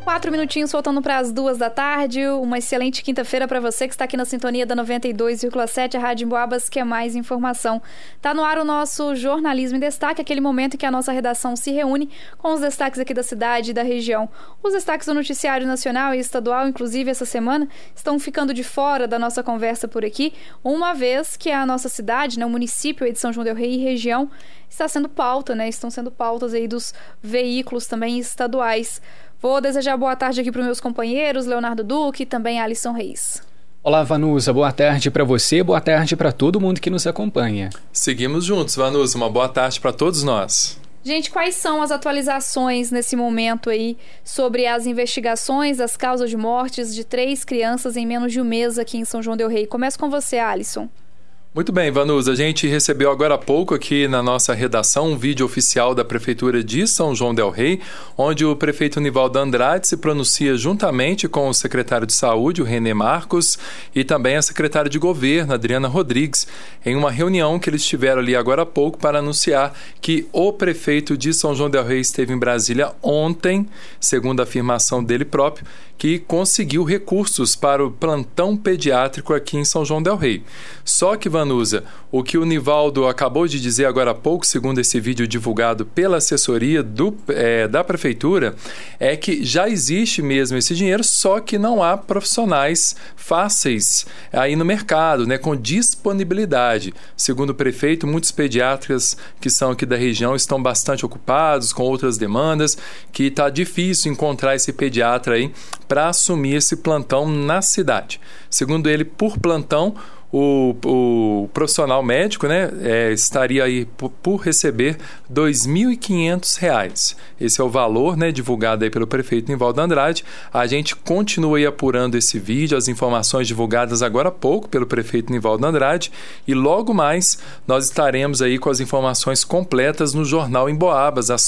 4 minutinhos faltando para as 2h. Uma excelente quinta-feira para você que está aqui na sintonia da 92,7, a Rádio Emboabas, que é mais informação. Tá no ar o nosso Jornalismo em Destaque, aquele momento em que a nossa redação se reúne com os destaques aqui da cidade e da região. Os destaques do noticiário nacional e estadual, inclusive essa semana, estão ficando de fora da nossa conversa por aqui, uma vez que a nossa cidade, o município de São João del Rei e região, está sendo pauta, estão sendo pautas aí dos veículos também estaduais. Vou desejar boa tarde aqui para os meus companheiros, Leonardo Duque e também Alisson Reis. Olá, Vanusa, boa tarde para você, boa tarde para todo mundo que nos acompanha. Seguimos juntos, Vanusa, uma boa tarde para todos nós. Gente, quais são as atualizações nesse momento aí sobre as investigações das causas de mortes de 3 crianças em menos de um mês aqui em São João del Rei? Começo com você, Alisson. Muito bem, Vanusa, a gente recebeu agora há pouco aqui na nossa redação um vídeo oficial da Prefeitura de São João del Rei, onde o prefeito Nivaldo Andrade se pronuncia juntamente com o secretário de Saúde, o René Marcos, e também a secretária de Governo, Adriana Rodrigues, em uma reunião que eles tiveram ali agora há pouco para anunciar que o prefeito de São João del Rei esteve em Brasília ontem, segundo a afirmação dele próprio, que conseguiu recursos para o plantão pediátrico aqui em São João del Rei. Só que, Vanusa, o que o Nivaldo acabou de dizer agora há pouco, segundo esse vídeo divulgado pela assessoria da Prefeitura, é que já existe mesmo esse dinheiro, só que não há profissionais fáceis aí no mercado, com disponibilidade. Segundo o prefeito, muitos pediatras que são aqui da região estão bastante ocupados com outras demandas, que está difícil encontrar esse pediatra aí para assumir esse plantão na cidade. Segundo ele, por plantão, o profissional médico estaria aí por receber R$ 2.500. Esse é o valor divulgado aí pelo prefeito Nivaldo Andrade. A gente continua aí apurando esse vídeo, as informações divulgadas agora há pouco pelo prefeito Nivaldo Andrade, e logo mais nós estaremos aí com as informações completas no Jornal Emboabas, às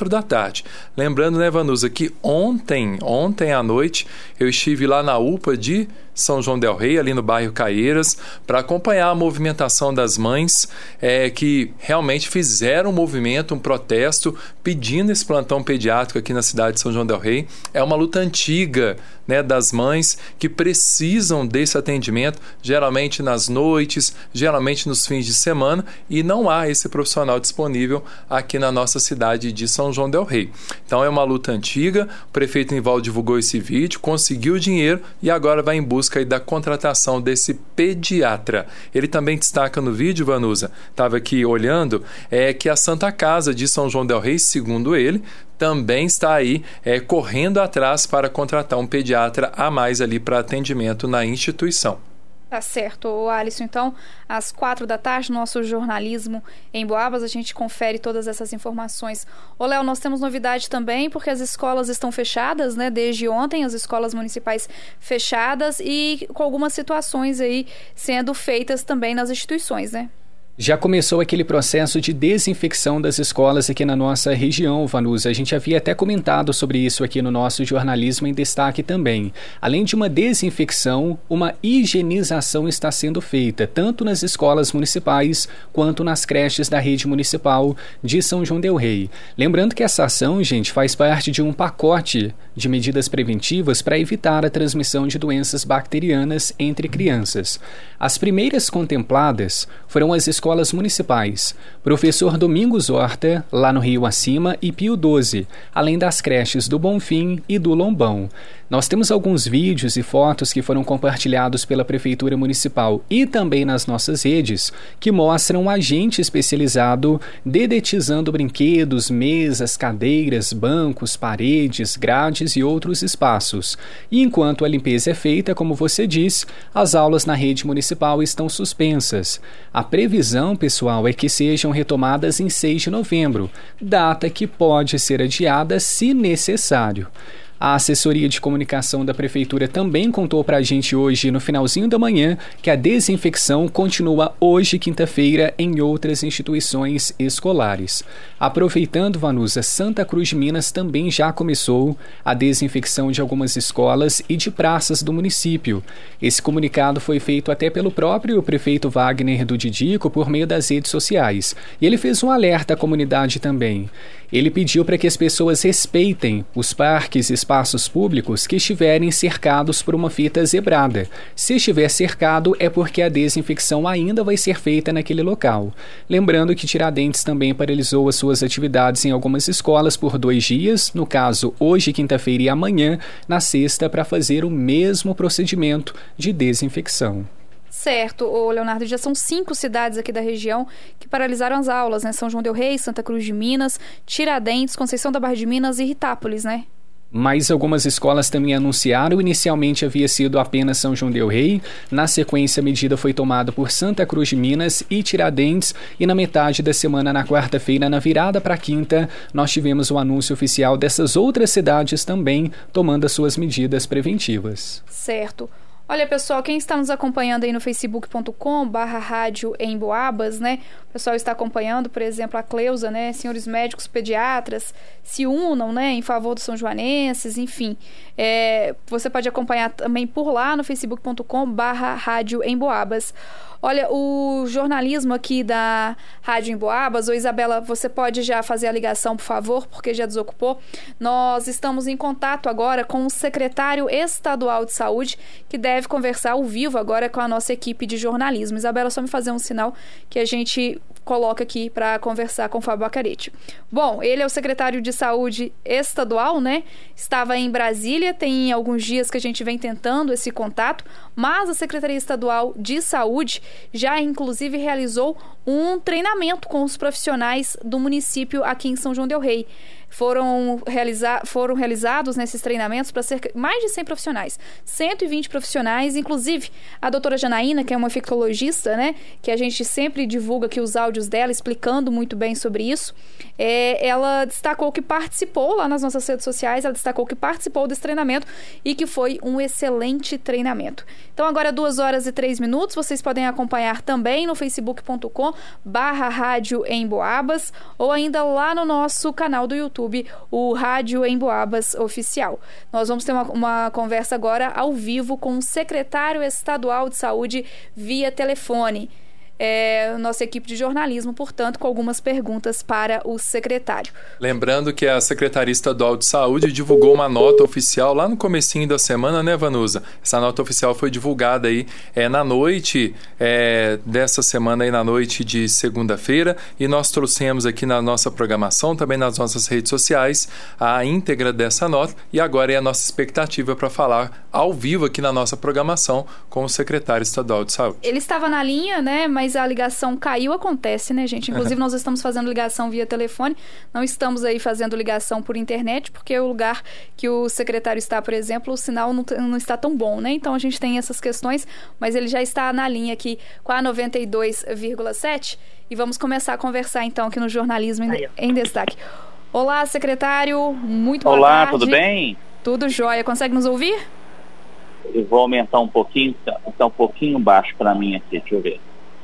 4h. Lembrando, Vanusa, que ontem à noite eu estive lá na UPA de São João del Rei, ali no bairro Caieiras, para acompanhar a movimentação das mães que realmente fizeram um movimento, um protesto, pedindo esse plantão pediátrico aqui na cidade de São João del Rei. É uma luta antiga das mães que precisam desse atendimento, geralmente nas noites, geralmente nos fins de semana, e não há esse profissional disponível aqui na nossa cidade de São João del Rei. Então é uma luta antiga, o prefeito Nivaldo divulgou esse vídeo, conseguiu o dinheiro e agora vai em busca aí da contratação desse pediatra. Ele também destaca no vídeo, Vanusa, estava aqui olhando, que a Santa Casa de São João del Rei, segundo ele, também está aí correndo atrás para contratar um pediatra a mais ali para atendimento na instituição. Tá certo, Alisson. Então, às 4h, nosso jornalismo em Boabas, a gente confere todas essas informações. Ô, Léo, nós temos novidade também, porque as escolas estão fechadas, desde ontem, as escolas municipais fechadas e com algumas situações aí sendo feitas também nas instituições, Já começou aquele processo de desinfecção das escolas aqui na nossa região, Vanusa. A gente havia até comentado sobre isso aqui no nosso Jornalismo em Destaque também. Além de uma desinfecção, uma higienização está sendo feita, tanto nas escolas municipais quanto nas creches da rede municipal de São João del Rei. Lembrando que essa ação, gente, faz parte de um pacote de medidas preventivas para evitar a transmissão de doenças bacterianas entre crianças. As primeiras contempladas foram as escolas municipais, Professor Domingos Horta, lá no Rio Acima, e Pio XII, além das creches do Bonfim e do Lombão. Nós temos alguns vídeos e fotos que foram compartilhados pela Prefeitura Municipal e também nas nossas redes, que mostram um agente especializado dedetizando brinquedos, mesas, cadeiras, bancos, paredes, grades e outros espaços. E enquanto a limpeza é feita, como você diz, as aulas na rede municipal estão suspensas. A previsão, pessoal, é que sejam retomadas em 6 de novembro, data que pode ser adiada se necessário. A assessoria de comunicação da Prefeitura também contou para a gente hoje, no finalzinho da manhã, que a desinfecção continua hoje, quinta-feira, em outras instituições escolares. Aproveitando, Vanusa, Santa Cruz de Minas também já começou a desinfecção de algumas escolas e de praças do município. Esse comunicado foi feito até pelo próprio prefeito Wagner do Didico por meio das redes sociais. E ele fez um alerta à comunidade também. Ele pediu para que as pessoas respeitem os parques, espaços públicos que estiverem cercados por uma fita zebrada. Se estiver cercado, é porque a desinfecção ainda vai ser feita naquele local. Lembrando que Tiradentes também paralisou as suas atividades em algumas escolas por 2 dias, no caso, hoje, quinta-feira e amanhã, na sexta, para fazer o mesmo procedimento de desinfecção. Certo, Leonardo, já são 5 cidades aqui da região que paralisaram as aulas, né? São João del Rei, Santa Cruz de Minas, Tiradentes, Conceição da Barra de Minas e Ritápolis, né? Mas algumas escolas também anunciaram. Inicialmente havia sido apenas São João del Rei. Na sequência, a medida foi tomada por Santa Cruz de Minas e Tiradentes. E na metade da semana, na quarta-feira, na virada para quinta, nós tivemos o anúncio oficial dessas outras cidades também tomando as suas medidas preventivas. Certo. Olha, pessoal, quem está nos acompanhando aí no facebook.com/rádio em Boabas, né? O pessoal está acompanhando, por exemplo, a Cleusa, né? Senhores médicos pediatras se unam, né? Em favor dos são joanenses, enfim. Você pode acompanhar também por lá no facebook.com/rádio em Boabas. Olha, o jornalismo aqui da Rádio em Boabas, Isabela, você pode já fazer a ligação, por favor, porque já desocupou. Nós estamos em contato agora com o secretário estadual de saúde, que deve conversar ao vivo agora com a nossa equipe de jornalismo. Isabela, só me fazer um sinal que a gente coloca aqui para conversar com o Fábio Acarete. Bom, ele é o secretário de saúde estadual, né? Estava em Brasília, tem alguns dias que a gente vem tentando esse contato, mas a Secretaria Estadual de Saúde já, inclusive, realizou um treinamento com os profissionais do município aqui em São João del Rei. Foram realizados nesses treinamentos para mais de 100 profissionais, 120 profissionais, inclusive a doutora Janaína, que é uma infectologista, né, que a gente sempre divulga aqui os áudios dela, explicando muito bem sobre isso. Ela destacou que participou lá nas nossas redes sociais, ela destacou que participou desse treinamento e que foi um excelente treinamento. Então agora 2h03, vocês podem acompanhar também no facebook.com/rádio em Boabas ou ainda lá no nosso canal do YouTube, o Rádio em Boabas Oficial. Nós vamos ter uma conversa agora ao vivo com o secretário estadual de saúde via telefone. Nossa equipe de jornalismo, portanto, com algumas perguntas para o secretário. Lembrando que a Secretaria Estadual de Saúde divulgou uma nota oficial lá no comecinho da semana, né, Vanusa? Essa nota oficial foi divulgada aí na noite dessa semana, aí na noite de segunda-feira, e nós trouxemos aqui na nossa programação, também nas nossas redes sociais, a íntegra dessa nota, e agora é a nossa expectativa para falar ao vivo aqui na nossa programação com o secretário estadual de saúde. Ele estava na linha, né, mas a ligação caiu, acontece, né, gente? Inclusive, nós estamos fazendo ligação via telefone, não estamos aí fazendo ligação por internet, porque o lugar que o secretário está, por exemplo, o sinal não está tão bom, né? Então, a gente tem essas questões, mas ele já está na linha aqui com a 92,7 e vamos começar a conversar, então, aqui no Jornalismo em Destaque. Olá, secretário, muito boa tarde. Olá, tudo bem? Tudo jóia. Consegue nos ouvir? Eu vou aumentar um pouquinho, está um pouquinho baixo para mim aqui, deixa eu ver.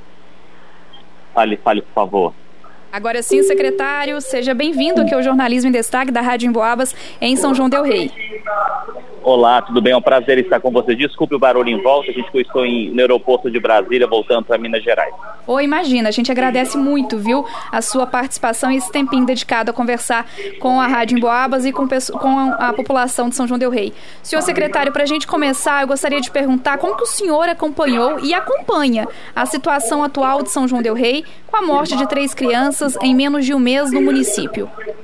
Fale, por favor. Agora sim, secretário, seja bem-vindo aqui ao Jornalismo em Destaque da Rádio em Boabas, em São João del Rei. Olá, tudo bem? É um prazer estar com você. Desculpe o barulho em volta, eu estou no aeroporto de Brasília, voltando para Minas Gerais. Imagina, a gente agradece muito, viu, a sua participação e esse tempinho dedicado a conversar com a Rádio em Boabas e com a população de São João del Rei. Senhor secretário, para a gente começar, eu gostaria de perguntar como que o senhor acompanhou e acompanha a situação atual de São João del Rei com a morte de 3 crianças em menos de um mês no município.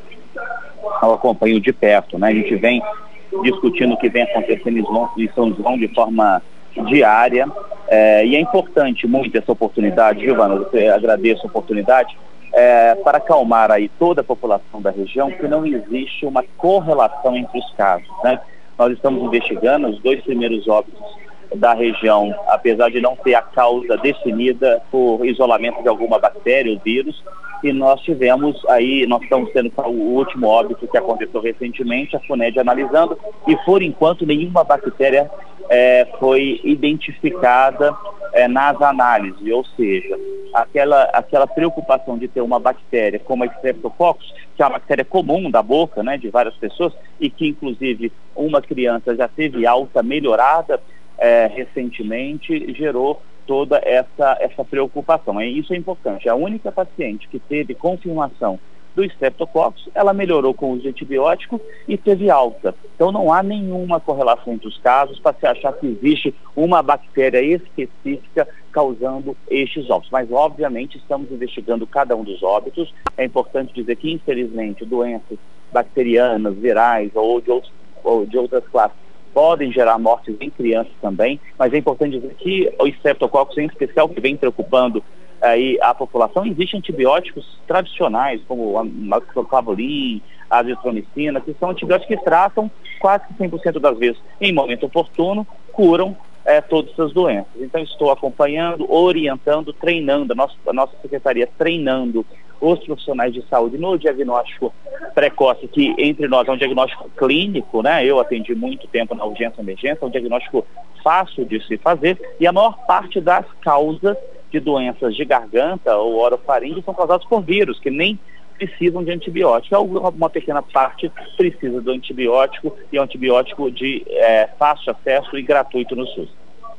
Eu acompanho de perto, né? A gente vem discutindo o que vem acontecendo em São João de forma diária, e é importante muito essa oportunidade, Giovana, eu agradeço a oportunidade, para acalmar aí toda a população da região, que não existe uma correlação entre os casos, né? Nós estamos investigando os 2 primeiros óbitos da região, apesar de não ter a causa definida por isolamento de alguma bactéria ou vírus, e nós estamos tendo o último óbito que aconteceu recentemente, a FUNED analisando, e por enquanto nenhuma bactéria foi identificada nas análises, ou seja, aquela preocupação de ter uma bactéria como a Streptococcus, que é uma bactéria comum da boca, né, de várias pessoas, e que inclusive uma criança já teve alta melhorada recentemente, gerou toda essa preocupação. Isso é importante. A única paciente que teve confirmação do Streptococcus, ela melhorou com o uso de antibiótico e teve alta. Então não há nenhuma correlação entre os casos para se achar que existe uma bactéria específica causando estes óbitos. Mas obviamente estamos investigando cada um dos óbitos. É importante dizer que infelizmente doenças bacterianas, virais ou de outras classes podem gerar mortes em crianças também, mas é importante dizer que o Streptococcus em especial, que vem preocupando aí a população, existem antibióticos tradicionais, como a clavulim, a azitromicina, que são antibióticos que tratam quase que 100% das vezes, em momento oportuno, curam todas essas doenças. Então estou acompanhando, orientando, treinando, a nossa secretaria treinando os profissionais de saúde no diagnóstico precoce, que entre nós é um diagnóstico clínico, né? Eu atendi muito tempo na urgência e emergência, é um diagnóstico fácil de se fazer, e a maior parte das causas de doenças de garganta ou orofaringe são causadas por vírus, que nem precisam de antibiótico. Uma pequena parte precisa do antibiótico, e é um antibiótico de fácil acesso e gratuito no SUS.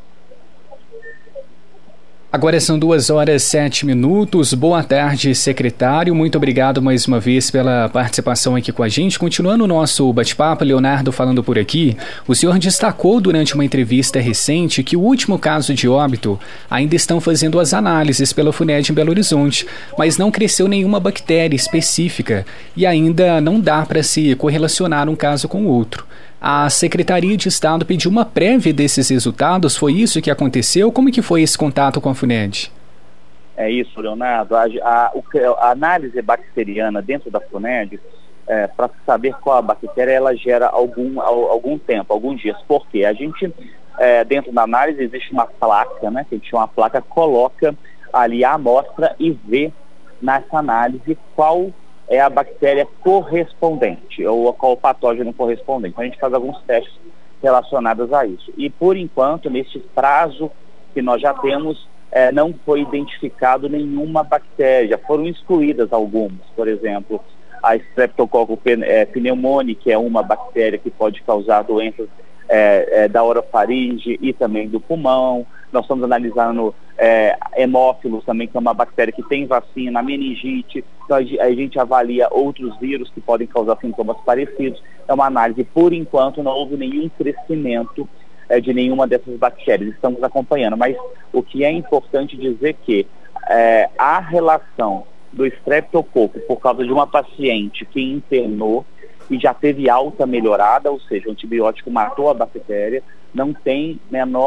Agora são 2h07. Boa tarde, secretário. Muito obrigado mais uma vez pela participação aqui com a gente. Continuando o nosso bate-papo, Leonardo falando por aqui, o senhor destacou durante uma entrevista recente que o último caso de óbito ainda estão fazendo as análises pela FUNED em Belo Horizonte, mas não cresceu nenhuma bactéria específica e ainda não dá para se correlacionar um caso com o outro. A Secretaria de Estado pediu uma prévia desses resultados, foi isso que aconteceu? Como que foi esse contato com a FUNED? É isso, Leonardo. A análise bacteriana dentro da FUNED, para saber qual a bactéria, ela gera algum tempo, alguns dias. Por quê? A gente, dentro da análise, existe uma placa, né? Que a gente chama uma placa, coloca ali a amostra e vê nessa análise qual é a bactéria correspondente, ou qual o patógeno correspondente. Então a gente faz alguns testes relacionados a isso. E por enquanto, nesse prazo que nós já temos, não foi identificado nenhuma bactéria, já foram excluídas algumas. Por exemplo, a Streptococcus pneumoniae, que é uma bactéria que pode causar doenças da orofaringe e também do pulmão. Nós estamos analisando hemófilos também, que é uma bactéria que tem vacina, a meningite. Então a gente avalia outros vírus que podem causar sintomas parecidos. É uma análise, por enquanto não houve nenhum crescimento de nenhuma dessas bactérias. Estamos acompanhando, mas o que é importante dizer que a relação do Streptococcus por causa de uma paciente que internou e já teve alta melhorada, ou seja, o antibiótico matou a bactéria, não tem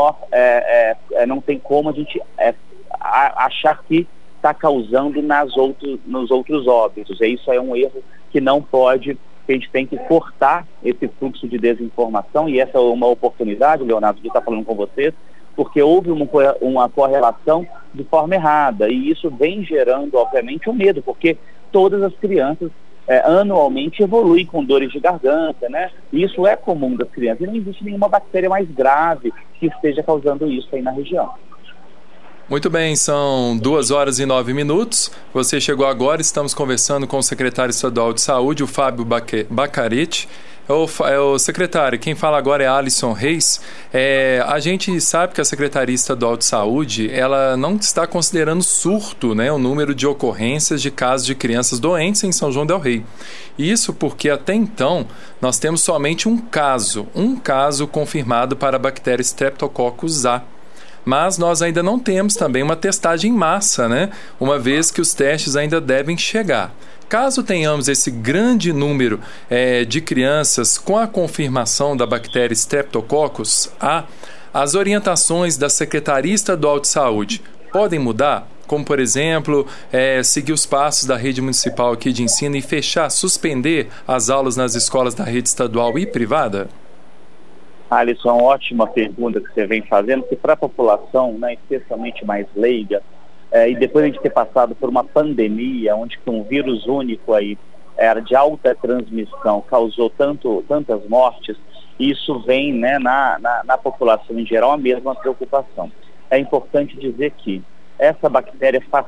não tem como a gente achar que está causando nos outros óbitos. Isso é um erro que não pode, que a gente tem que cortar esse fluxo de desinformação, e essa é uma oportunidade, Leonardo, de estar falando com vocês, porque houve uma correlação de forma errada, e isso vem gerando, obviamente, um medo, porque todas as crianças anualmente evoluem com dores de garganta, né? Isso é comum das crianças, e não existe nenhuma bactéria mais grave que esteja causando isso aí na região. Muito bem, são 2h09. Você chegou agora, estamos conversando com o secretário estadual de saúde, o Fábio Bacaretti. O secretário, quem fala agora é Alisson Reis. A gente sabe que a Secretaria Estadual de Saúde, ela não está considerando surto, né, o número de ocorrências de casos de crianças doentes em São João del Rei. Isso porque até então nós temos somente um caso confirmado para a bactéria Streptococcus A. Mas nós ainda não temos também uma testagem em massa, né? Uma vez que os testes ainda devem chegar. Caso tenhamos esse grande número de crianças com a confirmação da bactéria Streptococcus A, as orientações da Secretaria Estadual de Saúde podem mudar? Como, por exemplo, seguir os passos da rede municipal aqui de ensino e suspender as aulas nas escolas da rede estadual e privada? Alisson, ótima pergunta que você vem fazendo, que para a população, né, especialmente mais leiga, e depois de a gente ter passado por uma pandemia, onde um vírus único aí era de alta transmissão, causou tantas mortes, isso vem, né, na população em geral a mesma preocupação. É importante dizer que essa bactéria faz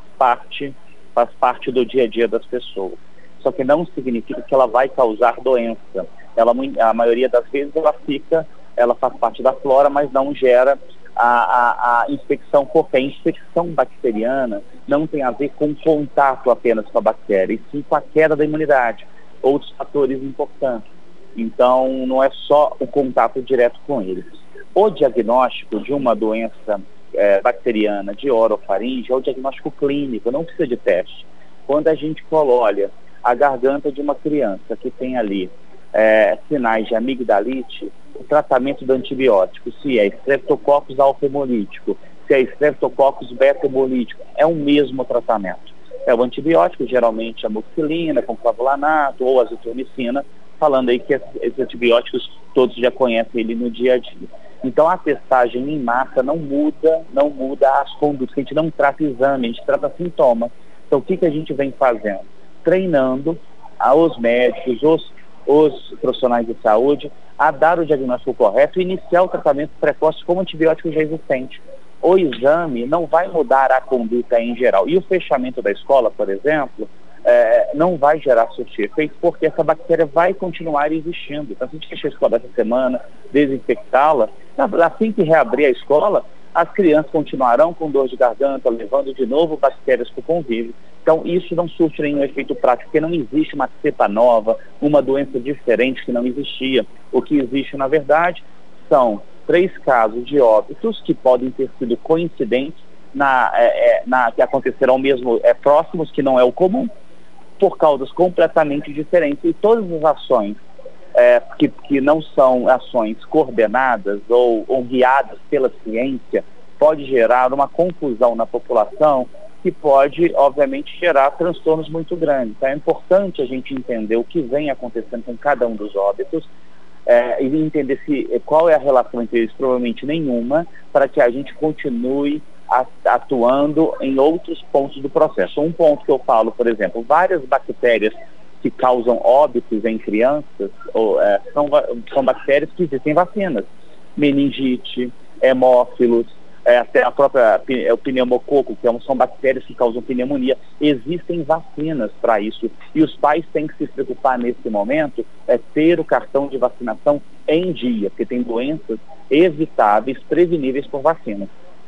parte do dia a dia das pessoas, só que não significa que ela vai causar doença. A maioria das vezes ela faz parte da flora, mas não gera a infecção, porque a infecção bacteriana não tem a ver com contato apenas com a bactéria, e sim com a queda da imunidade, outros fatores importantes. Então, não é só o contato direto com eles. O diagnóstico de uma doença bacteriana de orofaringe é o diagnóstico clínico, não precisa de teste. Quando a gente olha a garganta de uma criança que tem ali sinais de amigdalite, o tratamento do antibiótico, se é Streptococcus alfa-hemolítico, se é Streptococcus beta-hemolítico, é o mesmo tratamento. É o antibiótico, geralmente amoxicilina, com clavulanato ou azitromicina, falando aí que esses antibióticos todos já conhecem ele no dia a dia. Então a testagem em massa não muda as condutas, a gente não trata exame, a gente trata sintomas. Então o que a gente vem fazendo? Treinando os médicos, os profissionais de saúde a dar o diagnóstico correto e iniciar o tratamento precoce com antibiótico já existente. O exame não vai mudar a conduta em geral. E o fechamento da escola, por exemplo, não vai gerar surtir efeito, porque essa bactéria vai continuar existindo. Então, se a gente fechar a escola essa semana, desinfectá-la, assim que reabrir a escola, as crianças continuarão com dor de garganta, levando de novo bactérias para o convívio. Então, isso não surte nenhum efeito prático, porque não existe uma cepa nova, uma doença diferente que não existia. O que existe, na verdade, são 3 casos de óbitos que podem ter sido coincidentes, que aconteceram mesmo próximos, que não é o comum, por causas completamente diferentes. E todas as ações que não são ações coordenadas ou guiadas pela ciência, pode gerar uma confusão na população que pode, obviamente, gerar transtornos muito grandes. Então, é importante a gente entender o que vem acontecendo com cada um dos óbitos e entender qual é a relação entre eles, provavelmente nenhuma, para que a gente continue atuando em outros pontos do processo. Um ponto que eu falo, por exemplo, várias bactérias que causam óbitos em crianças são bactérias que existem vacinas. Meningite, hemófilos, até a própria o pneumococo, que são bactérias que causam pneumonia. Existem vacinas para isso. E os pais têm que se preocupar nesse momento ter o cartão de vacinação em dia, porque tem doenças evitáveis, preveníveis por vacina.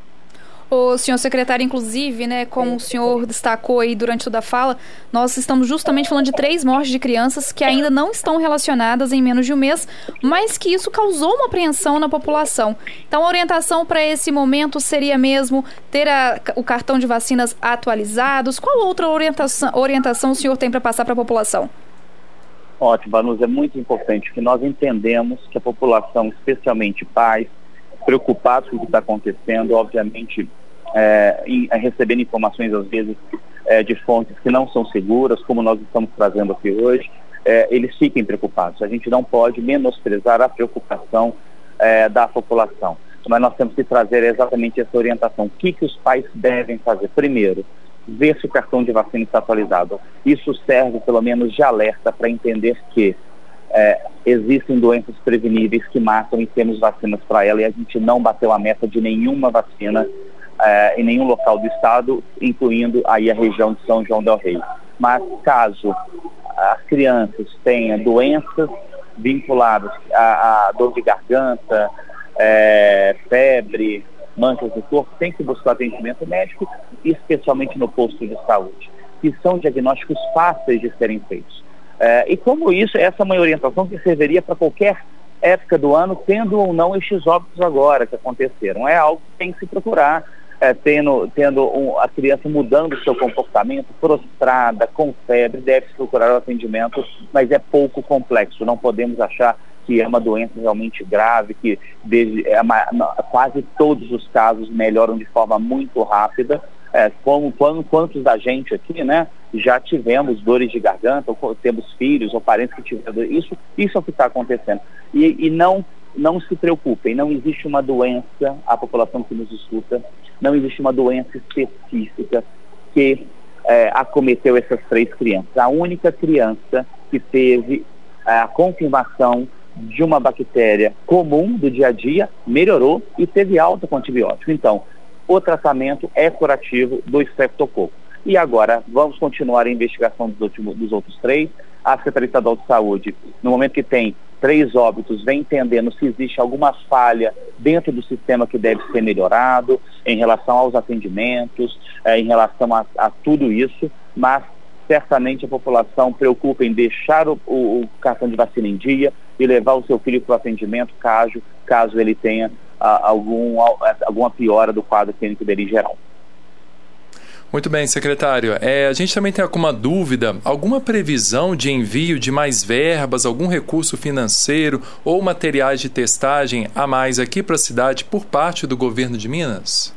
O senhor secretário, inclusive, como o senhor destacou aí durante toda a fala, nós estamos justamente falando de 3 mortes de crianças que ainda não estão relacionadas em menos de um mês, mas que isso causou uma apreensão na população. Então, a orientação para esse momento seria mesmo ter o cartão de vacinas atualizados? Qual outra orientação o senhor tem para passar para a população? Ótimo, Vanusa, é muito importante que nós entendemos que a população, especialmente pais, preocupados com o que está acontecendo, obviamente recebendo informações às vezes de fontes que não são seguras, como nós estamos trazendo aqui hoje, eles fiquem preocupados. A gente não pode menosprezar a preocupação da população, mas nós temos que trazer exatamente essa orientação. O que os pais devem fazer? Primeiro, ver se o cartão de vacina está atualizado. Isso serve pelo menos de alerta para entender que existem doenças preveníveis que matam e temos vacinas para ela, e a gente não bateu a meta de nenhuma vacina em nenhum local do estado, incluindo aí a região de São João del Rei. Mas caso as crianças tenham doenças vinculadas a dor de garganta, febre, manchas no corpo, tem que buscar atendimento médico, especialmente no posto de saúde, que são diagnósticos fáceis de serem feitos. E como isso, essa é uma orientação que serviria para qualquer época do ano, tendo ou não estes óbitos agora que aconteceram. É algo que tem que se procurar, tendo a criança mudando o seu comportamento, prostrada, com febre, deve-se procurar o atendimento, mas é pouco complexo. Não podemos achar que é uma doença realmente grave, que quase todos os casos melhoram de forma muito rápida. Quantos da gente aqui, já tivemos dores de garganta, ou temos filhos ou parentes que tiveram isso é o que está acontecendo. E não se preocupem, não existe uma doença, a população que nos escuta, não existe uma doença específica que acometeu essas 3 crianças. A única criança que teve a confirmação de uma bactéria comum do dia a dia melhorou e teve alta com antibiótico. Então, o tratamento é curativo do Streptococcus. E agora, vamos continuar a investigação dos outros 3. A Secretaria Estadual de Saúde, no momento que tem 3 óbitos, vem entendendo se existe alguma falha dentro do sistema que deve ser melhorado, em relação aos atendimentos, em relação a tudo isso, mas certamente a população preocupa em deixar o cartão de vacina em dia e levar o seu filho para o atendimento caso ele tenha alguma piora do quadro clínico dele em geral. Muito bem, secretário. A gente também tem alguma dúvida, alguma previsão de envio de mais verbas, algum recurso financeiro ou materiais de testagem a mais aqui para a cidade por parte do governo de Minas?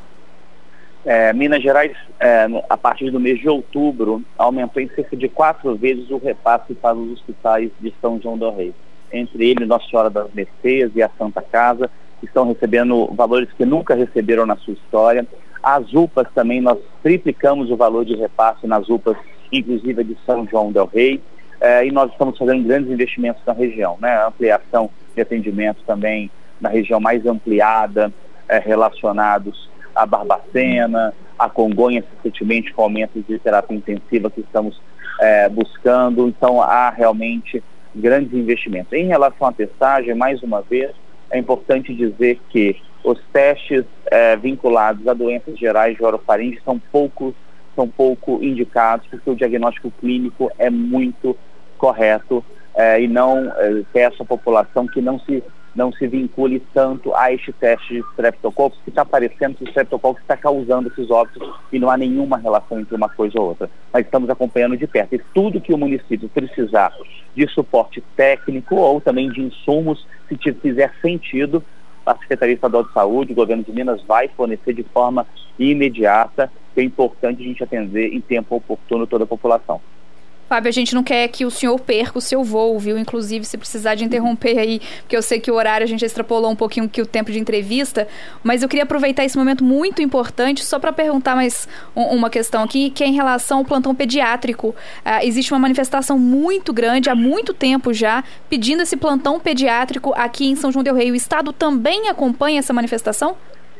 Minas Gerais, a partir do mês de outubro, aumentou em cerca de 4 vezes o repasse para os hospitais de São João del Rei. Entre eles, Nossa Senhora das Mercês e a Santa Casa, que estão recebendo valores que nunca receberam na sua história. As UPAs também, nós triplicamos o valor de repasse nas UPAs, inclusive de São João del Rei, e nós estamos fazendo grandes investimentos na região, né? Ampliação de atendimento também na região mais ampliada, relacionados a Barbacena, a Congonhas, recentemente com aumento de terapia intensiva que estamos buscando. Então há realmente grandes investimentos. Em relação à testagem, mais uma vez, é importante dizer que os testes vinculados a doenças gerais de orofaringe são pouco indicados, porque o diagnóstico clínico é muito correto, e não peço à população que não se vincule tanto a este teste de streptococcus, que está parecendo que o streptococcus está causando esses óbitos e não há nenhuma relação entre uma coisa ou outra. Mas estamos acompanhando de perto. E tudo que o município precisar de suporte técnico ou também de insumos, se fizer sentido, a Secretaria Estadual de Saúde, o governo de Minas vai fornecer de forma imediata, que é importante a gente atender em tempo oportuno toda a população. Fábio, a gente não quer que o senhor perca o seu voo, viu? Inclusive, se precisar de interromper aí, porque eu sei que o horário a gente extrapolou um pouquinho aqui o tempo de entrevista, mas eu queria aproveitar esse momento muito importante só para perguntar mais uma questão aqui, que é em relação ao plantão pediátrico. Existe uma manifestação muito grande, há muito tempo já, pedindo esse plantão pediátrico aqui em São João del Rei. O Estado também acompanha essa manifestação?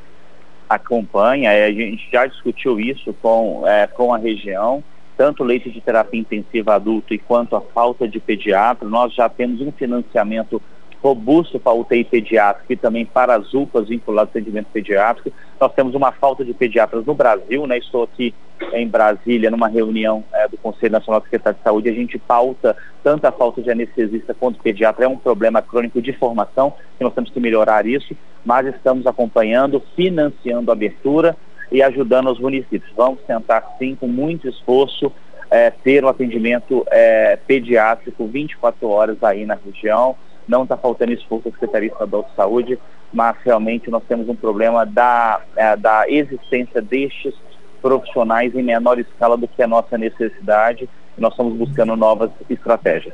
Acompanha, a gente já discutiu isso com a região. Tanto o leite de terapia intensiva adulto e quanto a falta de pediatra, nós já temos um financiamento robusto para a UTI pediátrica e também para as UPAs vinculadas ao atendimento pediátrico. Nós temos uma falta de pediatras no Brasil, né? Estou aqui em Brasília numa reunião do Conselho Nacional de Secretários de Saúde. A gente pauta tanto a falta de anestesista quanto pediatra. É um problema crônico de formação e nós temos que melhorar isso, mas estamos acompanhando, financiando a abertura e ajudando os municípios. Vamos tentar, sim, com muito esforço, ter um atendimento pediátrico 24 horas aí na região. Não está faltando esforço da Secretaria Estadual de Saúde, mas realmente nós temos um problema da existência destes profissionais em menor escala do que a nossa necessidade, e nós estamos buscando novas estratégias.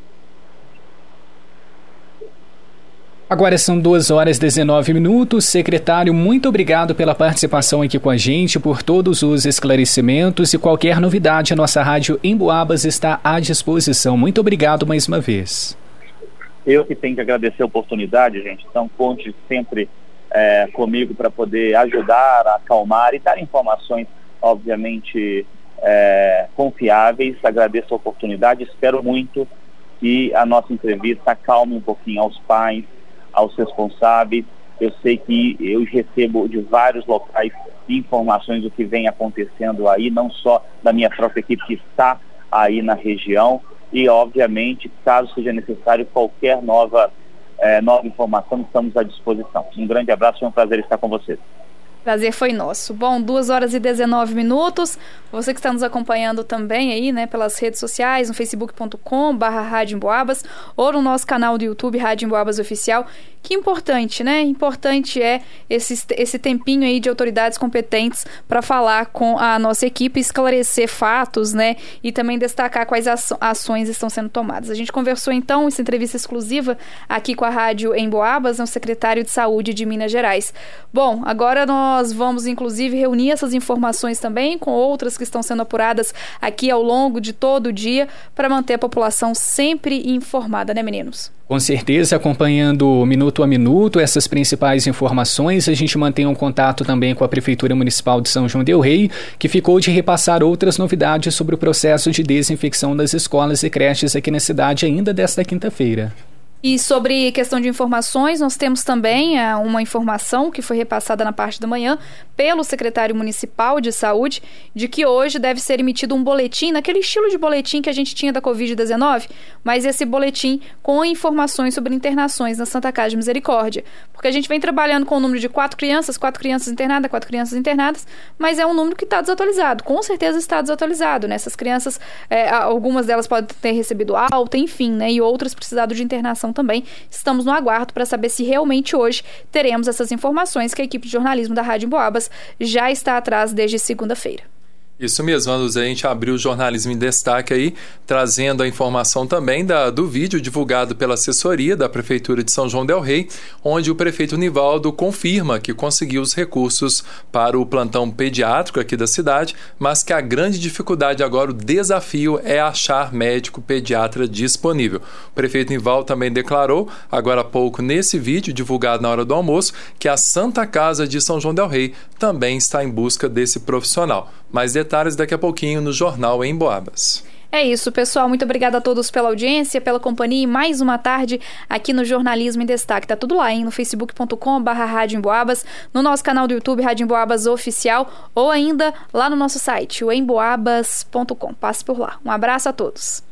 Agora são 2h19. Secretário, muito obrigado pela participação aqui com a gente, por todos os esclarecimentos, e qualquer novidade, a nossa rádio Emboabas está à disposição. Muito obrigado mais uma vez. Eu que tenho que agradecer a oportunidade, gente. Então, conte sempre comigo para poder ajudar, acalmar e dar informações, obviamente, confiáveis. Agradeço a oportunidade. Espero muito que a nossa entrevista acalme um pouquinho aos pais, aos responsáveis. Eu sei que eu recebo de vários locais informações do que vem acontecendo aí, não só da minha própria equipe que está aí na região, e obviamente, caso seja necessário qualquer nova informação, estamos à disposição. Um grande abraço, é um prazer estar com vocês. Prazer foi nosso. Bom, 2h19. Você que está nos acompanhando também aí, né, pelas redes sociais, no facebook.com/Rádio Emboabas, ou no nosso canal do YouTube, Rádio Emboabas Oficial. Que importante, né? Importante é esse tempinho aí de autoridades competentes para falar com a nossa equipe, esclarecer fatos, né? E também destacar quais ações estão sendo tomadas. A gente conversou, então, essa entrevista exclusiva aqui com a Rádio Emboabas, o secretário de Saúde de Minas Gerais. Bom, agora nós vamos, inclusive, reunir essas informações também com outras que estão sendo apuradas aqui ao longo de todo o dia para manter a população sempre informada, né, meninos? Com certeza, acompanhando minuto a minuto essas principais informações, a gente mantém um contato também com a Prefeitura Municipal de São João del Rei, que ficou de repassar outras novidades sobre o processo de desinfecção das escolas e creches aqui na cidade ainda desta quinta-feira. E sobre questão de informações, nós temos também uma informação que foi repassada na parte da manhã pelo secretário municipal de saúde, de que hoje deve ser emitido um boletim, naquele estilo de boletim que a gente tinha da Covid-19, mas esse boletim com informações sobre internações na Santa Casa de Misericórdia. Porque a gente vem trabalhando com o número de 4 crianças internadas, mas é um número que está desatualizado, com certeza está desatualizado, né? Essas crianças, algumas delas podem ter recebido alta, enfim, né? E outras precisado de internação também. Estamos no aguardo para saber se realmente hoje teremos essas informações que a equipe de jornalismo da Rádio Emboabas já está atrás desde segunda-feira. Isso mesmo, a gente abriu o Jornalismo em Destaque aí, trazendo a informação também do vídeo divulgado pela assessoria da Prefeitura de São João del Rei, onde o prefeito Nivaldo confirma que conseguiu os recursos para o plantão pediátrico aqui da cidade, mas que a grande dificuldade agora, o desafio, é achar médico pediatra disponível. O prefeito Nivaldo também declarou, agora há pouco, nesse vídeo divulgado na hora do almoço, que a Santa Casa de São João del Rei também está em busca desse profissional. Mais detalhes daqui a pouquinho no Jornal em Emboabas. É isso, pessoal. Muito obrigada a todos pela audiência, pela companhia e mais uma tarde aqui no Jornalismo em Destaque. Tá tudo lá, hein? No facebook.com/Rádio Emboabas, no nosso canal do YouTube Rádio Emboabas Oficial ou ainda lá no nosso site, o emboabas.com. Passe por lá. Um abraço a todos.